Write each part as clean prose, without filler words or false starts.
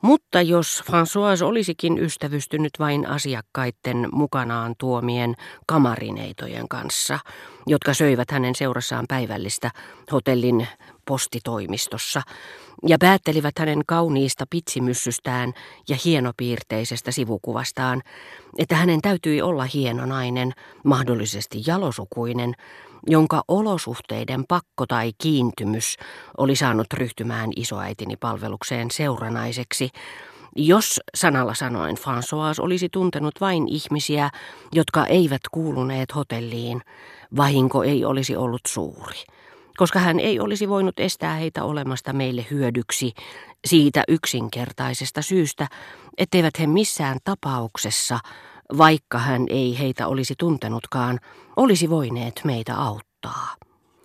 Mutta jos François olisikin ystävystynyt vain asiakkaiden mukanaan tuomien kamarineitojen kanssa, jotka söivät hänen seurassaan päivällistä hotellin postitoimistossa ja päättelivät hänen kauniista pitsimyssystään ja hienopiirteisestä sivukuvastaan, että hänen täytyi olla hieno nainen, mahdollisesti jalosukuinen, jonka olosuhteiden pakko tai kiintymys oli saanut ryhtymään isoäitini palvelukseen seuranaiseksi, jos sanalla sanoen François olisi tuntenut vain ihmisiä, jotka eivät kuuluneet hotelliin, vahinko ei olisi ollut suuri, koska hän ei olisi voinut estää heitä olemasta meille hyödyksi siitä yksinkertaisesta syystä, etteivät he missään tapauksessa, vaikka hän ei heitä olisi tuntenutkaan, olisi voineet meitä auttaa.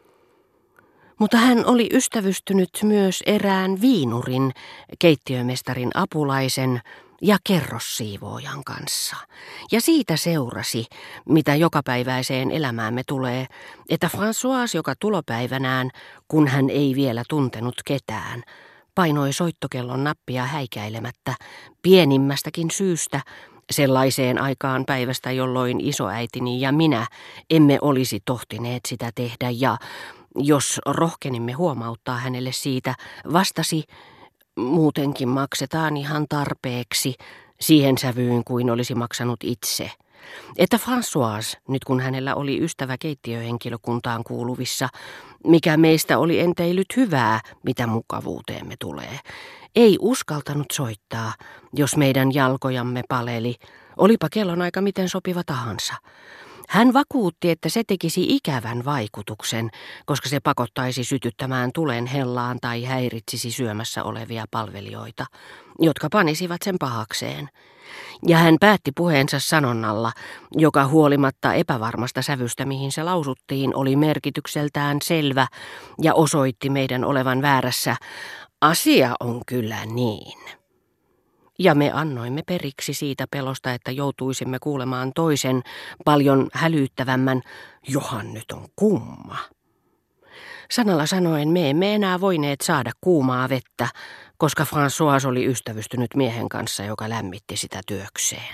Mutta hän oli ystävystynyt myös erään viinurin, keittiömestarin apulaisen ja kerrossiivoojan kanssa. Ja siitä seurasi, mitä jokapäiväiseen elämäämme tulee, että François, joka tulopäivänään, kun hän ei vielä tuntenut ketään, painoi soittokellon nappia häikäilemättä pienimmästäkin syystä, sellaiseen aikaan päivästä, jolloin isoäitini ja minä emme olisi tohtineet sitä tehdä ja, jos rohkenimme huomauttaa hänelle siitä, vastasi, muutenkin maksetaan ihan tarpeeksi, siihen sävyyn kuin olisi maksanut itse. Että François, nyt kun hänellä oli ystävä keittiöhenkilökuntaan kuuluvissa, mikä meistä oli enteilyt hyvää, mitä mukavuuteemme tulee, ei uskaltanut soittaa, jos meidän jalkojamme paleli, olipa kellonaika miten sopiva tahansa. Hän vakuutti, että se tekisi ikävän vaikutuksen, koska se pakottaisi sytyttämään tulen hellaan tai häiritsisi syömässä olevia palvelijoita, jotka panisivat sen pahakseen. Ja hän päätti puheensa sanonnalla, joka huolimatta epävarmasta sävystä, mihin se lausuttiin, oli merkitykseltään selvä ja osoitti meidän olevan väärässä. Asia on kyllä niin. Ja me annoimme periksi siitä pelosta, että joutuisimme kuulemaan toisen, paljon hälyttävämmän, johan nyt on kumma. Sanalla sanoen me emme enää voineet saada kuumaa vettä, koska François oli ystävystynyt miehen kanssa, joka lämmitti sitä työkseen.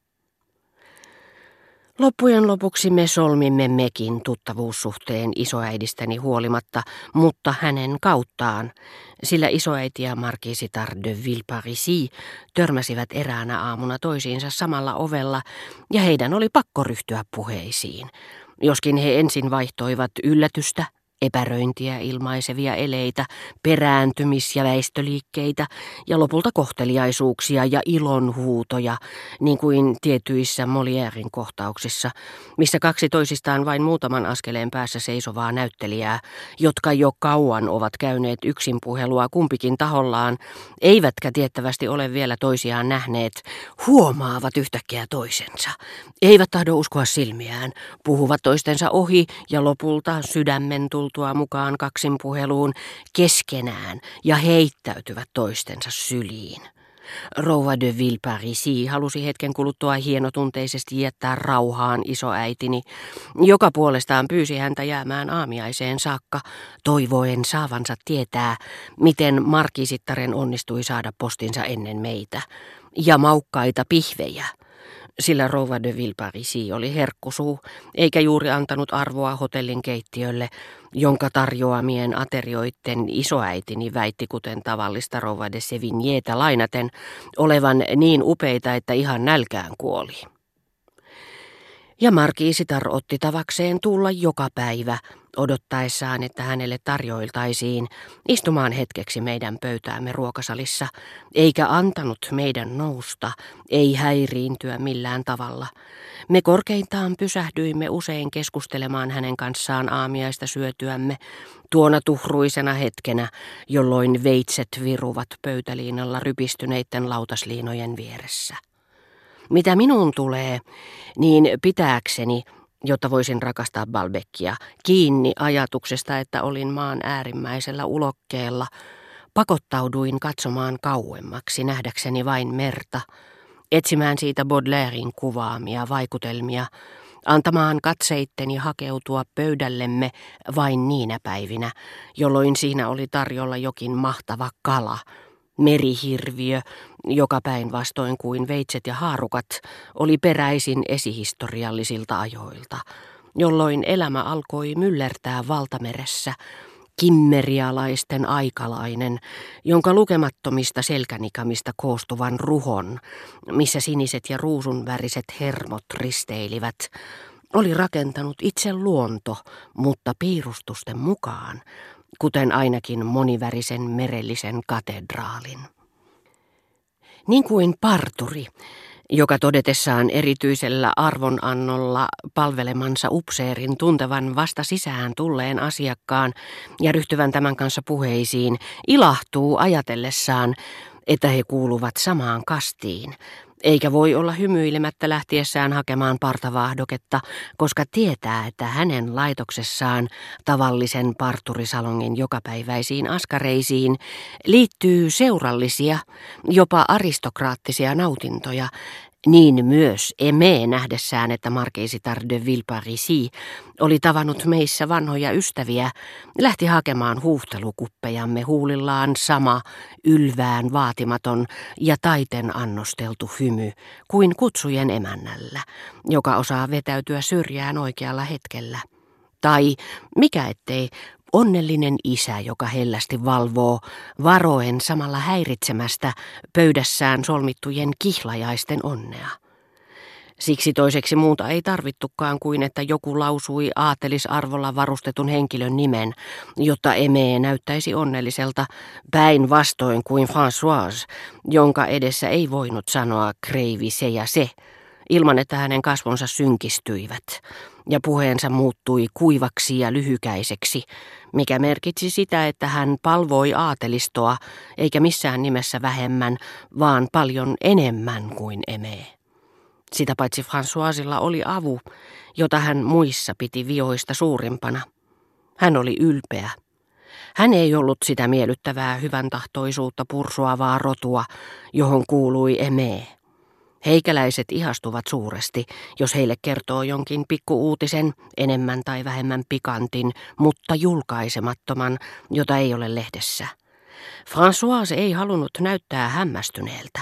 Loppujen lopuksi me solmimme mekin tuttavuussuhteen isoäidistäni huolimatta, mutta hänen kauttaan, sillä isoäiti ja markiisitar de Villeparisis törmäsivät eräänä aamuna toisiinsa samalla ovella ja heidän oli pakko ryhtyä puheisiin, joskin he ensin vaihtoivat yllätystä, epäröintiä ilmaisevia eleitä, perääntymis- ja väistöliikkeitä ja lopulta kohteliaisuuksia ja ilonhuutoja, niin kuin tietyissä Molièren kohtauksissa, missä kaksi toisistaan vain muutaman askeleen päässä seisovaa näyttelijää, jotka jo kauan ovat käyneet yksin puhelua kumpikin tahollaan, eivätkä tiettävästi ole vielä toisiaan nähneet, huomaavat yhtäkkiä toisensa, eivät tahdo uskoa silmiään, puhuvat toistensa ohi ja lopulta sydämen tultua mukaan kaksinpuheluun keskenään ja heittäytyvät toistensa syliin. Rouva de Villeparisis halusi hetken kuluttua hienotunteisesti jättää rauhaan isoäitini, joka puolestaan pyysi häntä jäämään aamiaiseen saakka, toivoen saavansa tietää, miten markiisittaren onnistui saada postinsa ennen meitä, ja maukkaita pihvejä. Sillä rouva de Villeparisis oli herkkusuu, eikä juuri antanut arvoa hotellin keittiölle, jonka tarjoamien aterioitten isoäitini väitti kuten tavallista rouva de Sévignétä lainaten olevan niin upeita, että ihan nälkään kuoli. Ja markiisitar otti tavakseen tulla joka päivä, odottaessaan, että hänelle tarjoiltaisiin istumaan hetkeksi meidän pöytäämme ruokasalissa, eikä antanut meidän nousta, ei häiriintyä millään tavalla. Me korkeintaan pysähdyimme usein keskustelemaan hänen kanssaan aamiaista syötyämme tuona tuhruisena hetkenä, jolloin veitset viruvat pöytäliinalla rypistyneiden lautasliinojen vieressä. Mitä minuun tulee, niin pitääkseni, jotta voisin rakastaa Balbecia, kiinni ajatuksesta, että olin maan äärimmäisellä ulokkeella, pakottauduin katsomaan kauemmaksi nähdäkseni vain merta, etsimään siitä Baudelairen kuvaamia vaikutelmia, antamaan katseitteni hakeutua pöydällemme vain niinä päivinä, jolloin siinä oli tarjolla jokin mahtava kala, merihirviö, joka päinvastoin kuin veitset ja haarukat oli peräisin esihistoriallisilta ajoilta, jolloin elämä alkoi myllertää valtameressä, kimmerialaisten aikalainen, jonka lukemattomista selkänikamista koostuvan ruhon, missä siniset ja ruusunväriset hermot risteilivät, oli rakentanut itse luonto, mutta piirustusten mukaan, kuten ainakin monivärisen merellisen katedraalin. Niin kuin parturi, joka todetessaan erityisellä arvonannolla palvelemansa upseerin tuntevan vasta sisään tulleen asiakkaan ja ryhtyvän tämän kanssa puheisiin, ilahtuu ajatellessaan, että he kuuluvat samaan kastiin, eikä voi olla hymyilemättä lähtiessään hakemaan partavaahdoketta, koska tietää, että hänen laitoksessaan tavallisen parturisalongin jokapäiväisiin askareisiin liittyy seurallisia, jopa aristokraattisia nautintoja, niin myös Aimé nähdessään, että markiisitar de Villeparisis oli tavannut meissä vanhoja ystäviä, lähti hakemaan huuhtelukuppejamme huulillaan sama ylvään vaatimaton ja taiten annosteltu hymy kuin kutsujen emännällä, joka osaa vetäytyä syrjään oikealla hetkellä. Tai mikä ettei onnellinen isä, joka hellästi valvoo, varoen samalla häiritsemästä pöydässään solmittujen kihlajaisten onnea. Siksi toiseksi muuta ei tarvittukaan kuin, että joku lausui aatelisarvolla varustetun henkilön nimen, jotta Aimé näyttäisi onnelliselta päinvastoin kuin Françoise, jonka edessä ei voinut sanoa kreivi se ja se, ilman että hänen kasvonsa synkistyivät ja puheensa muuttui kuivaksi ja lyhykäiseksi, mikä merkitsi sitä, että hän palvoi aatelistoa eikä missään nimessä vähemmän, vaan paljon enemmän kuin Aimé. Sitä paitsi Françoisilla oli avu, jota hän muissa piti vioista suurimpana. Hän oli ylpeä. Hän ei ollut sitä miellyttävää hyvän tahtoisuutta pursuavaa rotua, johon kuului Aimé. Heikäläiset ihastuvat suuresti, jos heille kertoo jonkin pikkuuutisen, enemmän tai vähemmän pikantin, mutta julkaisemattoman, jota ei ole lehdessä. Françoise ei halunnut näyttää hämmästyneeltä.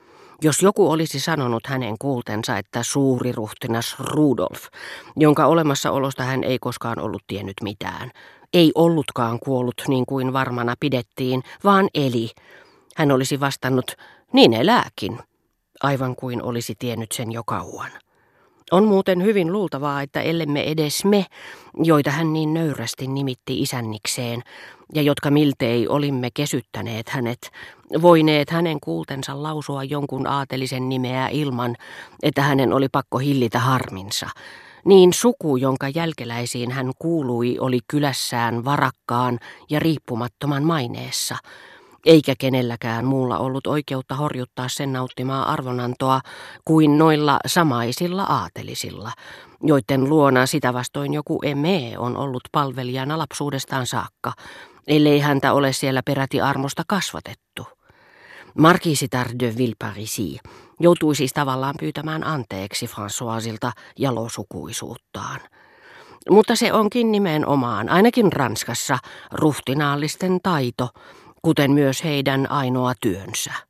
Jos joku olisi sanonut hänen kuultensa, että suuriruhtinas Rudolf, jonka olemassaolosta hän ei koskaan ollut tiennyt mitään, ei ollutkaan kuollut niin kuin varmana pidettiin, vaan eli, hän olisi vastannut, niin elääkin, aivan kuin olisi tiennyt sen jo kauan. On muuten hyvin luultavaa, että ellemme edes me, joita hän niin nöyrästi nimitti isännikseen, ja jotka miltei olimme kesyttäneet hänet, voineet hänen kuultensa lausua jonkun aatelisen nimeä ilman, että hänen oli pakko hillitä harminsa, niin suku, jonka jälkeläisiin hän kuului, oli kylässään varakkaan ja riippumattoman maineessa, eikä kenelläkään muulla ollut oikeutta horjuttaa sen nauttimaa arvonantoa kuin noilla samaisilla aatelisilla, joiden luona sitä vastoin joku Aimé on ollut palvelijana lapsuudestaan saakka, ellei häntä ole siellä peräti armosta kasvatettu. Markiisitar de Villeparisis joutui siis tavallaan pyytämään anteeksi Françoisilta jalosukuisuuttaan. Mutta se onkin nimenomaan, ainakin Ranskassa, ruhtinaallisten taito, kuten myös heidän ainoa työnsä.